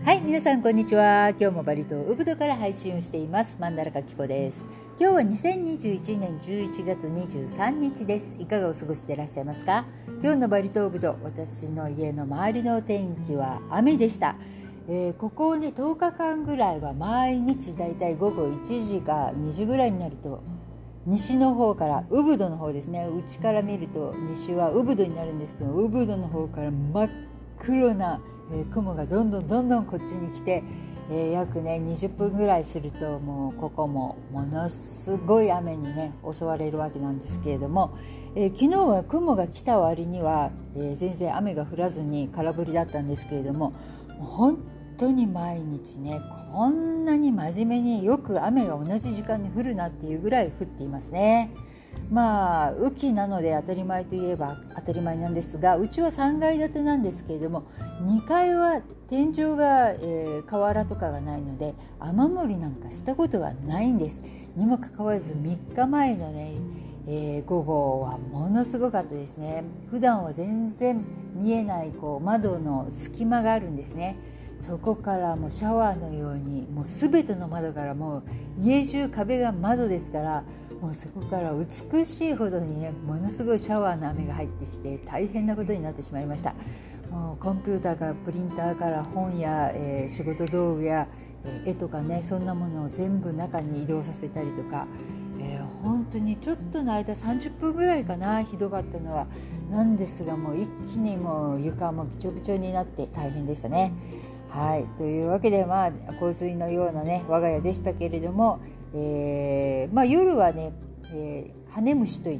はい、皆さんこんにちは。今日もバリ島ウブドから配信をしていますマンダラカキコです。今日は2021年11月23日です。いかがお過ごしでいらっしゃいますか？今日のバリ島ウブド、私の家の周りの天気は雨でした。ここね10日間ぐらいは毎日だいたい午後1時か2時ぐらいになると西の方からウブドの方ですね、うちから見ると西はウブドになるんですけど、ウブドの方から真っ黒な雲がどんどんこっちに来て、約ね20分ぐらいするともうここもものすごい雨にね襲われるわけなんですけれども、昨日は雲が来た割には、全然雨が降らずに空振りだったんですけれども、本当に毎日ねこんなに真面目によく雨が同じ時間に降るなっていうぐらい降っていますね。まあ雨季なので当たり前といえば当たり前なんですが、うちは3階建てなんですけれども、2階は天井が、瓦とかがないので雨漏りなんかしたことがないんです。にもかかわらず3日前のね、午後はものすごかったですね。普段は全然見えない窓の隙間があるんですね。そこからもうシャワーのようにもう全ての窓からもう家中壁が窓ですから、もうそこから美しいほどにねものすごいシャワーの雨が入ってきて大変なことになってしまいました。もうコンピューターからプリンターから本や、仕事道具や、絵とかね、そんなものを全部中に移動させたりとか、本当にちょっとの間30分ぐらいかな、ひどかったのはなんですが、もう一気にもう床もびちょびちょになって大変でしたね。はい、というわけで洪水のようなね我が家でしたけれども、夜はね、ハネムシといって、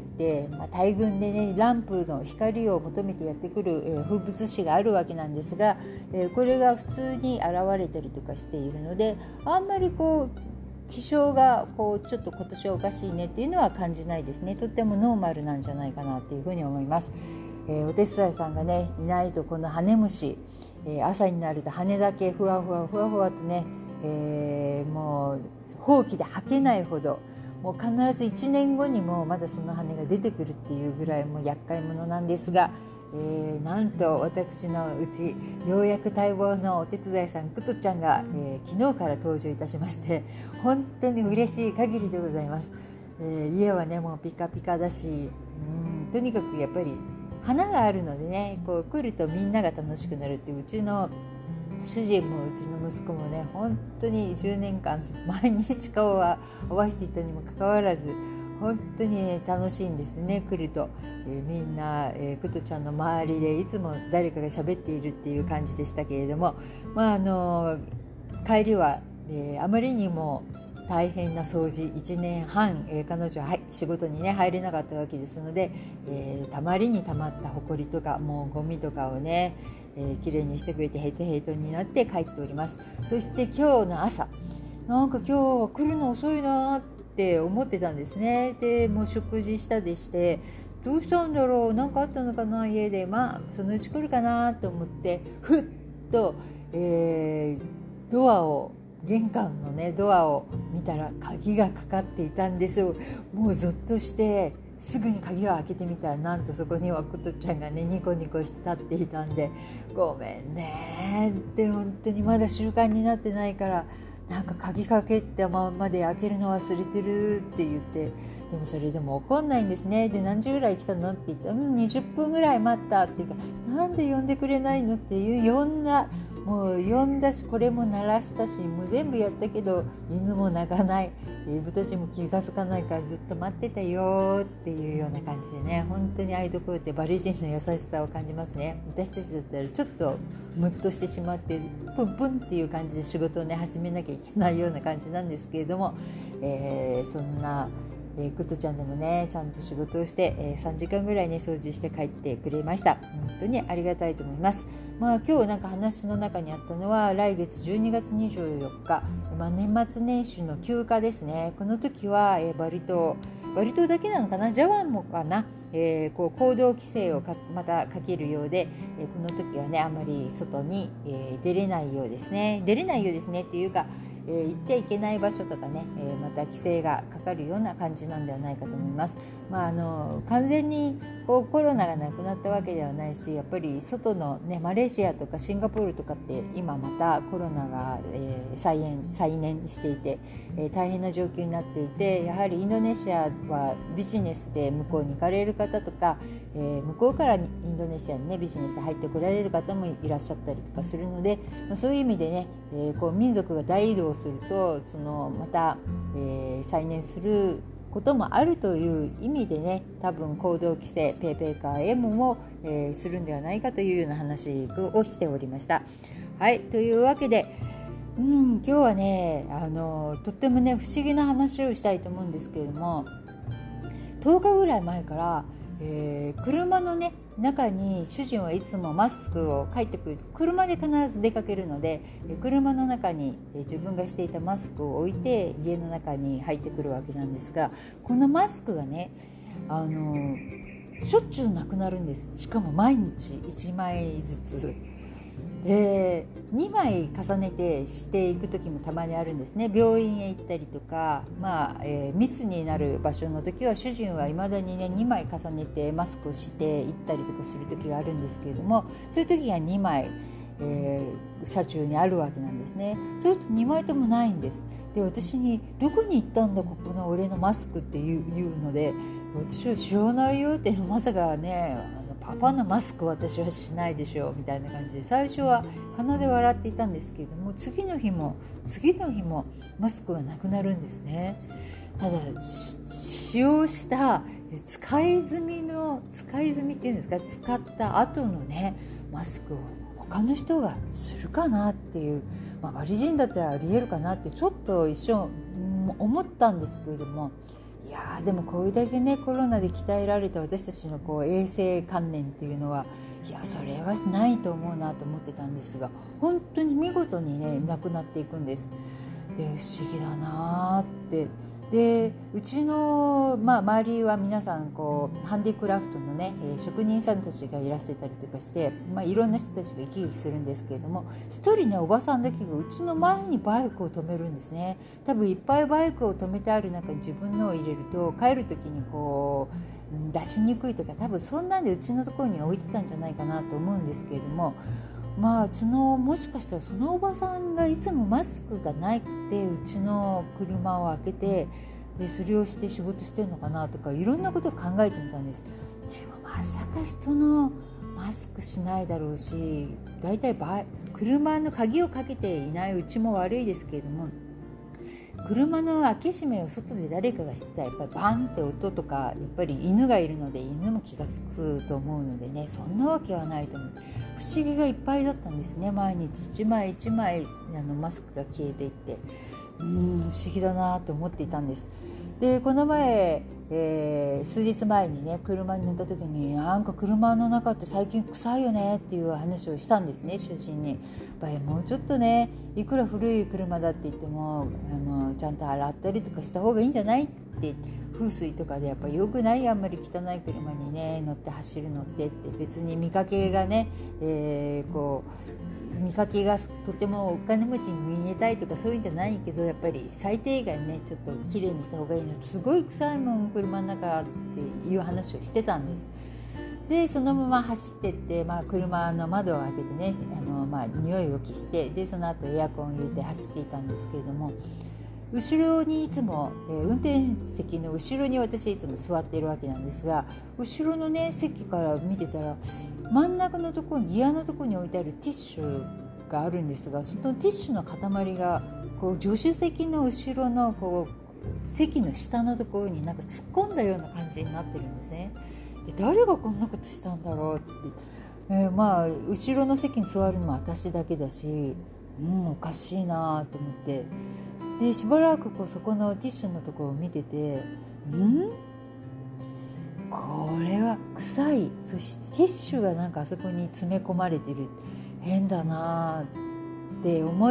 大群でねランプの光を求めてやってくる、風物詩があるわけなんですが、これが普通に現れたりとかしているので、あんまり気象がちょっと今年はおかしいねっていうのは感じないですね。とってもノーマルなんじゃないかなっていうふうに思います。お手伝いさんがねいないとこのハネムシ、朝になると羽だけふわふわとね、もうほうきで履けないほど、もう必ず1年後にもまだその羽が出てくるっていうぐらいもう厄介者なんですが、なんと私のうちようやく待望のお手伝いさんクトちゃんが、昨日から登場いたしまして、本当に嬉しい限りでございます。家はねもうピカピカだし、とにかくやっぱり花があるのでね、来るとみんなが楽しくなるっていう、うちの主人もうちの息子もね本当に10年間毎日顔は合わせていたにもかかわらず本当に、ね、楽しいんですね。来ると、みんな、クトちゃんの周りでいつも誰かが喋っているっていう感じでしたけれども、帰りは、あまりにも大変な掃除1年半、彼女は、仕事にね入れなかったわけですので、たまりにたまったほこりとかもうゴミとかをね、きれいにしてくれてヘトヘトになって帰っております。そして今日の朝、なんか今日は来るの遅いなって思ってたんですね。でもう食事したでして、どうしたんだろう、なんかあったのかな家で、そのうち来るかなと思ってふっと、玄関のねドアを見たら鍵がかかっていたんですよ。もうゾッとしてすぐに鍵を開けてみたら、なんとそこにはクトちゃんがねニコニコして立っていたんで、ごめんねって本当にまだ習慣になってないから、なんか鍵かけたままで開けるの忘れてるって言って、でもそれでも怒んないんですね。で何時ぐらい来たのって言って、20分ぐらい待ったっていうか、なんで呼んでくれないのっていう、もう呼んだしこれも鳴らしたしもう全部やったけど犬も鳴かない、豚ちも気がつかないからずっと待ってたよっていうような感じでね、本当にああいうところってバリ人の優しさを感じますね。私たちだったらちょっとムッとしてしまってプンプンっていう感じで仕事をね始めなきゃいけないような感じなんですけれども、そんなクトちゃんでもねちゃんと仕事をして、3時間ぐらいね掃除して帰ってくれました。本当にありがたいと思います。今日なんか話の中にあったのは来月12月24日、年末年始の休暇ですね。この時は、バリ島だけなのかな、ジャワンもかな、行動規制をまたかけるようで、この時はねあまり外に、出れないようですねっていうか、行っちゃいけない場所とかね、また規制がかかるような感じなんではないかと思います。 完全にコロナがなくなったわけではないし、やっぱり外の、マレーシアとかシンガポールとかって今またコロナが、再燃していて、大変な状況になっていて、やはりインドネシアはビジネスで向こうに行かれる方とか、向こうからインドネシアに、ビジネス入ってこられる方もいらっしゃったりとかするので、そういう意味でね、民族が大移動するとまた、再燃することもあるという意味でね、多分行動規制ペイペイカー M も、するんではないかというような話をしておりました。はい、というわけで、今日はねとってもね不思議な話をしたいと思うんですけれども、10日ぐらい前から、車のね中に主人はいつもマスクを帰ってくる、車で必ず出かけるので、車の中に自分がしていたマスクを置いて家の中に入ってくるわけなんですが、このマスクがねしょっちゅうなくなるんです。しかも毎日1枚ずつで2枚重ねてしていく時もたまにあるんですね。病院へ行ったりとか、密になる場所の時は主人はいまだにね2枚重ねてマスクをして行ったりとかする時があるんですけれども、そういう時が2枚、車中にあるわけなんですね。そうすると2枚ともないんです。で、私にどこに行ったんだここの俺のマスクって言うので、私は知らないよって、まさかねパパのマスク私はしないでしょうみたいな感じで、最初は鼻で笑っていたんですけれども、次の日もマスクがなくなるんですね。ただ使用した使い済みっていうんですか、使った後のねマスクを他の人がするかなっていう、バリ人だったらありえるかなってちょっと一瞬思ったんですけれども、いやでもこれだけねコロナで鍛えられた私たちの衛生観念っていうのは、いやそれはないと思うなと思ってたんですが、本当に見事にねなくなっていくんです。で、不思議だなって。で、うちの、周りは皆さんハンディクラフトのね、職人さんたちがいらしてたりとかして、いろんな人たちが生き生きするんですけれども、一人ねおばさんだけがうちの前にバイクを止めるんですね。多分いっぱいバイクを止めてある中に自分のを入れると帰る時に出しにくいとか、多分そんなんでうちのところに置いてたんじゃないかなと思うんですけれども、もしかしたらそのおばさんがいつもマスクがなくてうちの車を開けて、でそれをして仕事してるのかなとか、いろんなことを考えてみたんです。でもまさか人のマスクしないだろうし、だいたい車の鍵をかけていないうちも悪いですけれども、車の開け閉めを外で誰かがしてたらやっぱりバンって音とか、やっぱり犬がいるので犬も気がつくと思うのでね、そんなわけはないと思う。不思議がいっぱいだったんですね。毎日一枚一枚マスクが消えていって、不思議だなと思っていたんです。で、この前、数日前にね車に乗った時に、なんか車の中って最近臭いよねっていう話をしたんですね、主人に。もうちょっとね、いくら古い車だって言ってもちゃんと洗ったりとかした方がいいんじゃないって、風水とかでやっぱ良くない、あんまり汚い車にね乗って走るのって別に見かけがね、見かけがとてもお金持ちに見えたいとかそういうんじゃないけど、やっぱり最低限ねちょっと綺麗にした方がいいの。すごい臭いもん車の中っていう話をしてたんです。でそのまま走ってって、車の窓を開けてね匂いを消して、でその後エアコン入れて走っていたんですけれども、後ろにいつも、運転席の後ろに私いつも座っているわけなんですが、後ろのね席から見てたら真ん中のところにギアのところに置いてあるティッシュがあるんですが、そのティッシュの塊が助手席の後ろの席の下のところになんか突っ込んだような感じになってるんですね。で、誰がこんなことしたんだろうって、後ろの席に座るのも私だけだし、おかしいなと思って、でしばらくそこのティッシュのところを見てて、これは臭い、そしてティッシュがなんかあそこに詰め込まれてる、変だなって思って、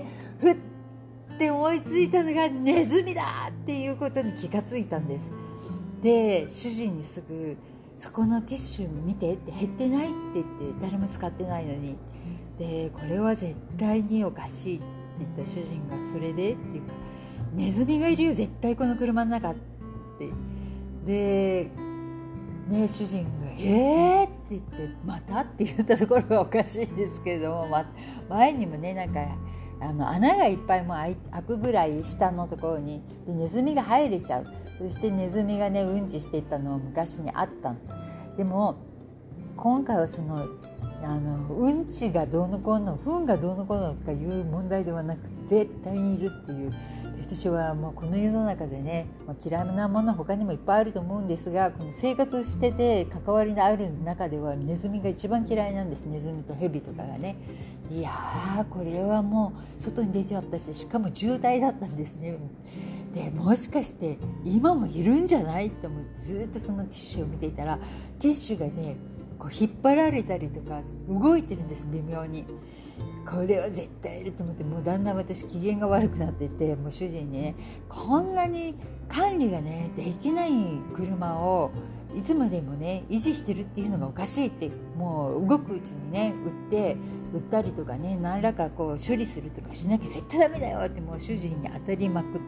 ふって思いついたのがネズミだっていうことに気がついたんです。で主人にすぐそこのティッシュ見てって減ってないって言って、誰も使ってないのに、でこれは絶対におかしいって言った主人が、それでっていうか、ネズミがいるよ絶対この車の中って。 でね、主人が「って言って「また?」って言ったところがおかしいんですけれども、前にもねなんか穴がいっぱいも開くぐらい下のところにでネズミが入れちゃう。そしてネズミがねうんちしていったのを昔にあったの。でも今回はそのうんちがどうのこうの糞がどうのこうのとかいう問題ではなくて絶対にいるっていう。私はもうこの世の中でね、嫌いなものは他にもいっぱいあると思うんですが、この生活してて関わりのある中ではネズミが一番嫌いなんです。ネズミとヘビとかがね。いやーこれはもう外に出ちゃったし、しかも渋滞だったんですね。でもしかして今もいるんじゃないと思ってずっとそのティッシュを見ていたら、ティッシュがねこう引っ張られたりとか動いてるんです、微妙に。これは絶対いると思って、もうだんだん私機嫌が悪くなっていって、もう主人にねこんなに管理がねできない車をいつまでもね維持してるっていうのがおかしいって、もう動くうちにね売ったりとかね何らかこう処理するとかしなきゃ絶対ダメだよってもう主人に当たりまくって、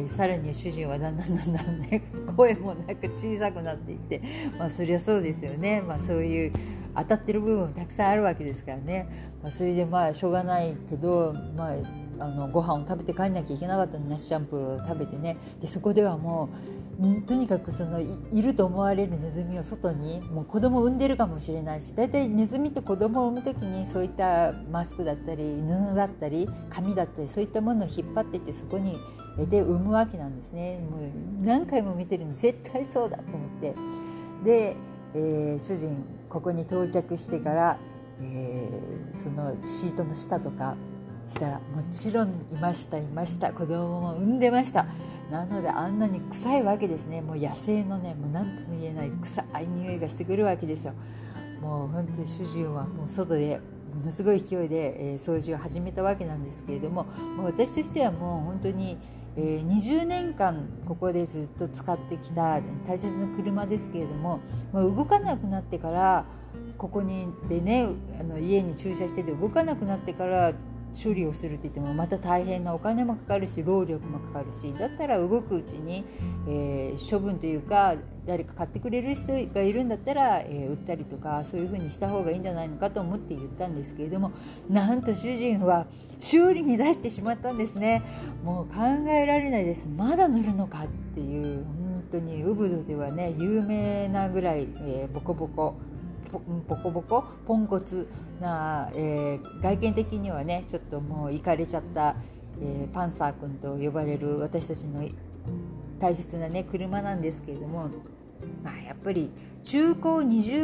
さらには主人はだんだんね声もなんか小さくなっていって、そりゃそうですよね。そういう当たってる部分もたくさんあるわけですからね。それでしょうがないけど、ご飯を食べて帰んなきゃいけなかったの、ナシチャンプルを食べてね。でそこではもうとにかくその いると思われるネズミを外に、もう子供を産んでるかもしれないし、だいたいネズミって子供を産む時にそういったマスクだったり布だったり紙だったりそういったものを引っ張っていってそこにで産むわけなんですね。もう何回も見てるんで絶対そうだと思って、で、主人ここに到着してから、そのシートの下とかしたらもちろんいました子供も産んでました。なのであんなに臭いわけですね。もう野生のねもう何とも言えない臭い匂いがしてくるわけですよ。もう本当に主人はもう外でものすごい勢いで、掃除を始めたわけなんですけれども、もう私としてはもう本当に、20年間ここでずっと使ってきた大切な車ですけれども、もう動かなくなってからここにでね家に駐車してて動かなくなってから処理をするって言ってもまた大変なお金もかかるし労力もかかるし、だったら動くうちに、処分というか誰か買ってくれる人がいるんだったら、売ったりとかそういう風にした方がいいんじゃないのかと思って言ったんですけれども、なんと主人は修理に出してしまったんですね。もう考えられないです。まだ乗るのかっていう、本当にウブドではね有名なぐらい、ボコボコポンコツな、外見的にはねちょっともうイカれちゃった、パンサー君と呼ばれる私たちの大切なね車なんですけれども、やっぱり中高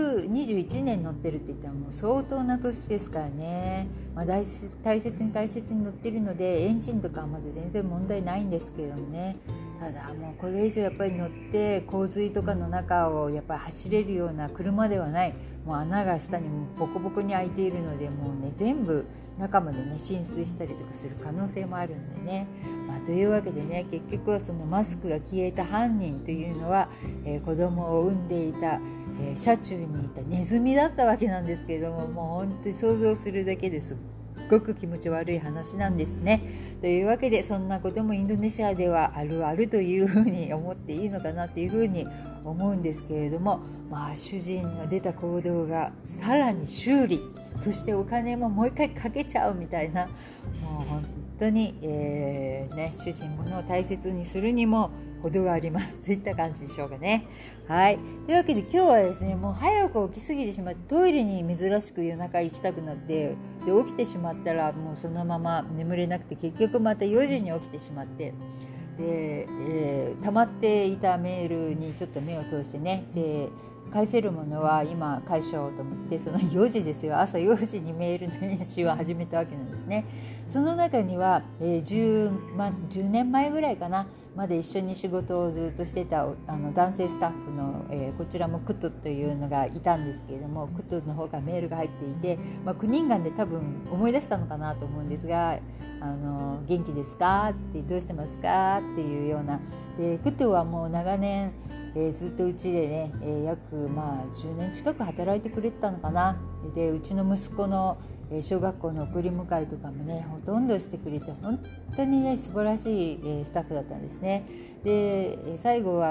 21年乗ってるって言ったらもう相当な年ですからね、大切に乗ってるのでエンジンとかはまだ全然問題ないんですけれどもね。ただもうこれ以上やっぱり乗って洪水とかの中をやっぱり走れるような車ではない。もう穴が下にボコボコに開いているのでもうね全部中までね浸水したりとかする可能性もあるのでね、というわけでね結局はそのマスクが消えた犯人というのは、子供を産んでいた、車中にいたネズミだったわけなんですけれども、もう本当に想像するだけですごく気持ち悪い話なんですね。というわけでそんなこともインドネシアではあるあるというふうに思っていいのかなというふうに思うんですけれども、主人が出た行動がさらに修理、そしてお金ももう一回かけちゃうみたいな、もう本当に、主人ものを大切にするにも程がありますといった感じでしょうかね。はい、というわけで今日はですねもう早く起きすぎてしまってトイレに珍しく夜中行きたくなってで起きてしまったらもうそのまま眠れなくて結局また4時に起きてしまってで、溜まっていたメールにちょっと目を通してねで返せるものは今返しようと思ってその4時ですよ、朝4時にメールの返信を始めたわけなんですね。その中には、10年前ぐらいかなまで一緒に仕事をずっとしてた男性スタッフの、こちらもクトというのがいたんですけれども、クトの方がメールが入っていて、9人間で多分思い出したのかなと思うんですが元気ですかってどうしてますかっていうようなでクトはもう長年ずっとうちでね、約10年近く働いてくれてたのかな。でうちの息子の小学校の送り迎えとかもねほとんどしてくれて本当にね素晴らしいスタッフだったんですね。で最後は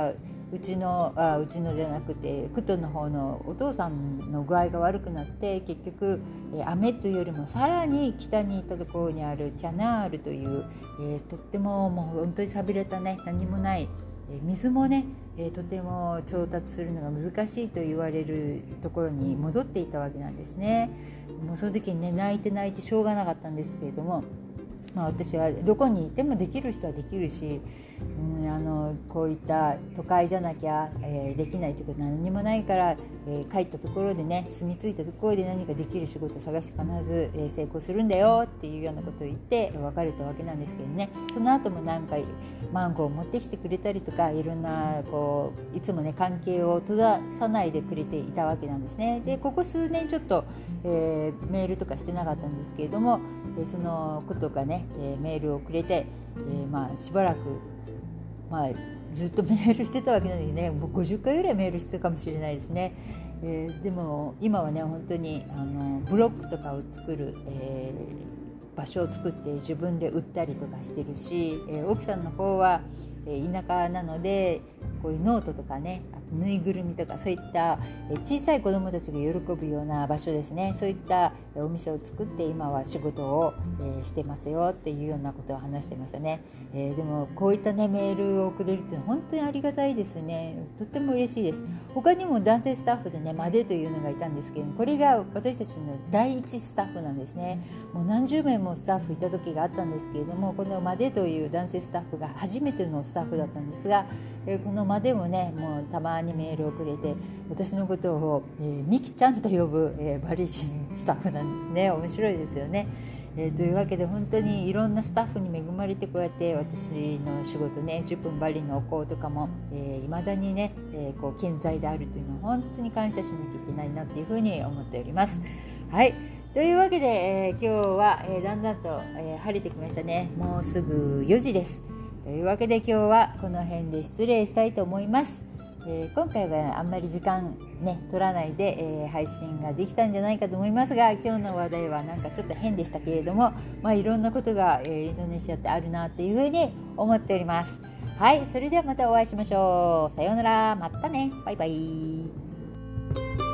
うちのじゃなくてクトの方のお父さんの具合が悪くなって、結局雨というよりもさらに北に行ったところにあるキャナールという、とってももう本当に寂れたね、何もない水もね、とても調達するのが難しいと言われるところに戻っていたわけなんですね。もうその時にね、泣いてしょうがなかったんですけれども、私はどこにいてもできる人はできるし、こういった都会じゃなきゃ、できないということ何にもないから、帰ったところでね、住み着いたところで何かできる仕事を探して必ず、成功するんだよっていうようなことを言って別れたわけなんですけどね。その後も何回マンゴーを持ってきてくれたりとか、いろんないつもね関係を閉ざさないでくれていたわけなんですね。でここ数年ちょっと、メールとかしてなかったんですけれども、そのことがね、メールをくれて、しばらくずっとメールしてたわけなのでね、もう50回ぐらいメールしてたかもしれないですね。でも今はね、本当にブロックとかを作る、場所を作って自分で売ったりとかしてるし、奥さんの方は田舎なのでこういうノートとかね、あとぬいぐるみとかそういった小さい子どもたちが喜ぶような場所ですね、そういったお店を作って今は仕事をしてますよっていうようなことを話してましたね。でもこういったねメールをくれるっていうのは本当にありがたいですね。とっても嬉しいです。他にも男性スタッフでねマデというのがいたんですけども、これが私たちの第一スタッフなんですね。もう何十名もスタッフいた時があったんですけれども、このマデという男性スタッフが初めてのスタッフだったんですが、このマデもねもうたまにメールをくれて、私のことを、ミキちゃんと呼ぶ、バリ人スタッフなんですね。面白いですよね。というわけで本当にいろんなスタッフに恵まれて、こうやって私の仕事ね、10分バリのお香とかも未だにね、こう健在であるというのを本当に感謝しなきゃいけないなっていうふうに思っております。はい、というわけで、今日は、だんだんと、晴れてきましたね。もうすぐ4時です。というわけで今日はこの辺で失礼したいと思います。今回はあんまり時間ね取らないで、配信ができたんじゃないかと思いますが、今日の話題はなんかちょっと変でしたけれども、いろんなことが、インドネシアってあるなっていうふうに思っております。はい、それではまたお会いしましょう。さようなら、またね、バイバイ。